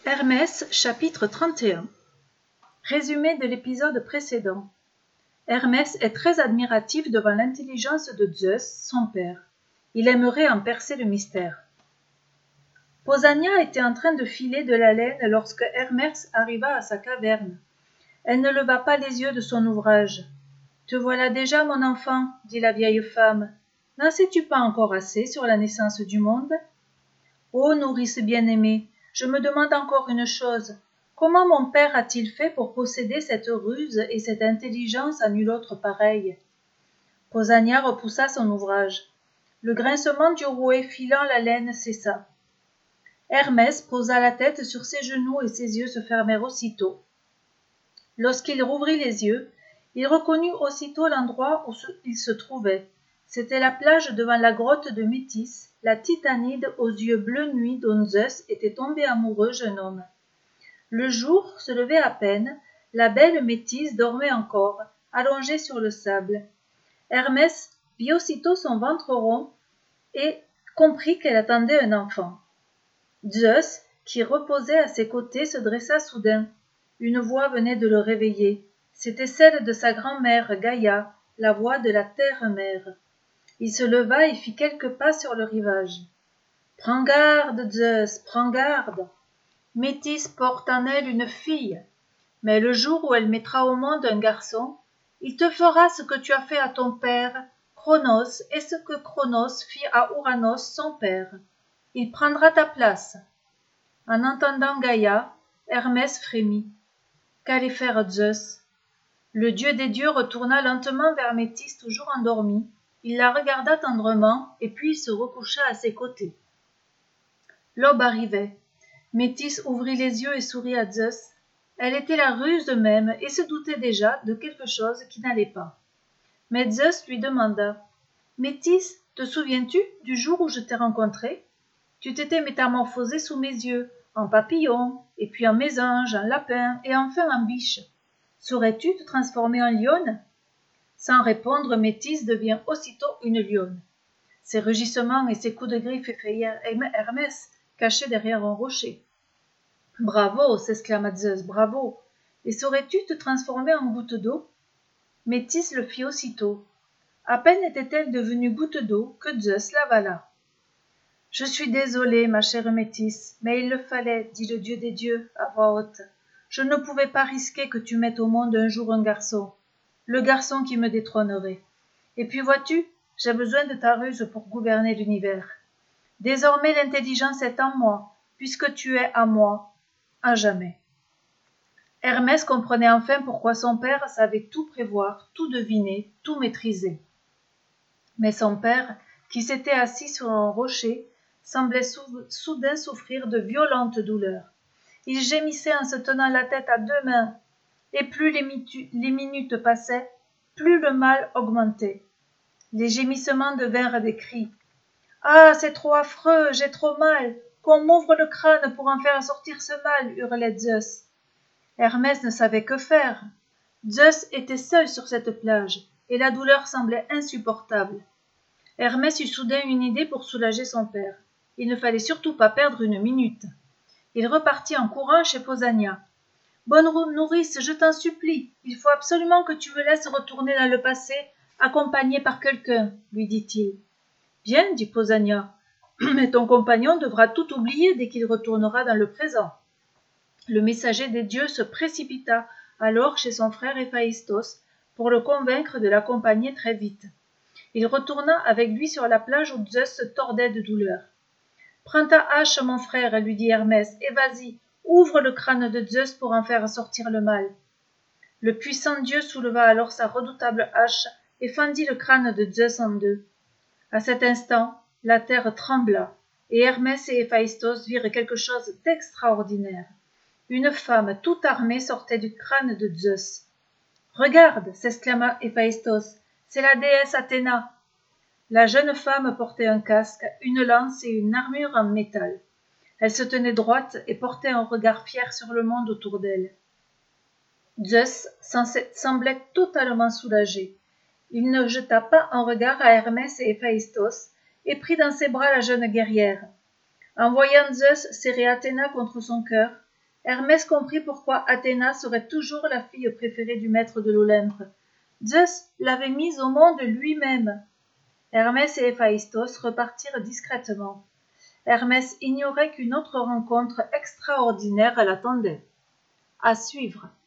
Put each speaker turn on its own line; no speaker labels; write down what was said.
Hermès, chapitre 31. Résumé de l'épisode précédent. Hermès est très admiratif devant l'intelligence de Zeus, son père. Il aimerait en percer le mystère. Pausania était en train de filer de la laine lorsque Hermès arriva à sa caverne. Elle ne leva pas les yeux de son ouvrage. « Te voilà déjà, mon enfant, dit la vieille femme. N'en sais-tu pas encore assez sur la naissance du monde ? Ô nourrice bien-aimée, je me demande encore une chose. Comment mon père a-t-il fait pour posséder cette ruse et cette intelligence à nul autre pareille ?» Pausania repoussa son ouvrage. Le grincement du rouet filant la laine cessa. Hermès posa la tête sur ses genoux et ses yeux se fermèrent aussitôt. Lorsqu'il rouvrit les yeux, il reconnut aussitôt l'endroit où il se trouvait. C'était la plage devant la grotte de Métis, la titanide aux yeux bleu nuit dont Zeus était tombé amoureux jeune homme. Le jour se levait à peine, la belle Métis dormait encore, allongée sur le sable. Hermès vit aussitôt son ventre rond et comprit qu'elle attendait un enfant. Zeus, qui reposait à ses côtés, se dressa soudain. Une voix venait de le réveiller. C'était celle de sa grand-mère Gaïa, la voix de la terre-mère. Il se leva et fit quelques pas sur le rivage. « Prends garde, Zeus, prends garde. Métis porte en elle une fille, mais le jour où elle mettra au monde un garçon, il te fera ce que tu as fait à ton père, Cronos, et ce que Cronos fit à Ouranos, son père. Il prendra ta place. » En entendant Gaïa, Hermès frémit. Qu'allait faire Zeus ? Le dieu des dieux retourna lentement vers Métis, toujours endormie. Il la regarda tendrement, et puis il se recoucha à ses côtés. L'aube arrivait. Métis ouvrit les yeux et sourit à Zeus. Elle était la ruse même, et se doutait déjà de quelque chose qui n'allait pas. Mais Zeus lui demanda. « Métis, te souviens-tu du jour où je t'ai rencontrée ? Tu t'étais métamorphosée sous mes yeux, en papillon, et puis en mésange, en lapin, et enfin en biche. Saurais-tu te transformer en lionne ?» Sans répondre, Métis devient aussitôt une lionne. Ses rugissements et ses coups de griffe effrayèrent Hermès, caché derrière un rocher. « Bravo !» s'exclama Zeus, « bravo ! Et saurais-tu te transformer en goutte d'eau ?» Métis le fit aussitôt. À peine était-elle devenue goutte d'eau que Zeus l'avala. « Je suis désolé, ma chère Métis, mais il le fallait, dit le dieu des dieux, à voix haute. Je ne pouvais pas risquer que tu mettes au monde un jour un garçon, le garçon qui me détrônerait. Et puis vois-tu, j'ai besoin de ta ruse pour gouverner l'univers. Désormais l'intelligence est en moi, puisque tu es à moi, à jamais. » Hermès comprenait enfin pourquoi son père savait tout prévoir, tout deviner, tout maîtriser. Mais son père, qui s'était assis sur un rocher, semblait soudain souffrir de violentes douleurs. Il gémissait en se tenant la tête à deux mains, et plus les minutes passaient, plus le mal augmentait. Les gémissements devinrent des cris. « Ah, c'est trop affreux, j'ai trop mal, qu'on m'ouvre le crâne pour en faire sortir ce mal » hurlait Zeus. Hermès ne savait que faire. Zeus était seul sur cette plage, et la douleur semblait insupportable. Hermès eut soudain une idée pour soulager son père. Il ne fallait surtout pas perdre une minute. Il repartit en courant chez Pausania. « Bonne nourrice, je t'en supplie, il faut absolument que tu me laisses retourner dans le passé, accompagné par quelqu'un, » lui dit-il. « Bien, dit Pausania, mais ton compagnon devra tout oublier dès qu'il retournera dans le présent. » Le messager des dieux se précipita alors chez son frère Héphaïstos pour le convaincre de l'accompagner très vite. Il retourna avec lui sur la plage où Zeus se tordait de douleur. « Prends ta hache, mon frère, lui dit Hermès, et vas-y, ouvre le crâne de Zeus pour en faire sortir le mal. » Le puissant dieu souleva alors sa redoutable hache et fendit le crâne de Zeus en deux. À cet instant, la terre trembla, et Hermès et Héphaïstos virent quelque chose d'extraordinaire. Une femme tout armée sortait du crâne de Zeus. « Regarde !» s'exclama Héphaïstos, « c'est la déesse Athéna. » La jeune femme portait un casque, une lance et une armure en métal. Elle se tenait droite et portait un regard fier sur le monde autour d'elle. Zeus semblait totalement soulagé. Il ne jeta pas un regard à Hermès et Héphaïstos et prit dans ses bras la jeune guerrière. En voyant Zeus serrer Athéna contre son cœur, Hermès comprit pourquoi Athéna serait toujours la fille préférée du maître de l'Olympe. Zeus l'avait mise au monde lui-même. Hermès et Héphaïstos repartirent discrètement. Hermès ignorait qu'une autre rencontre extraordinaire l'attendait. À suivre.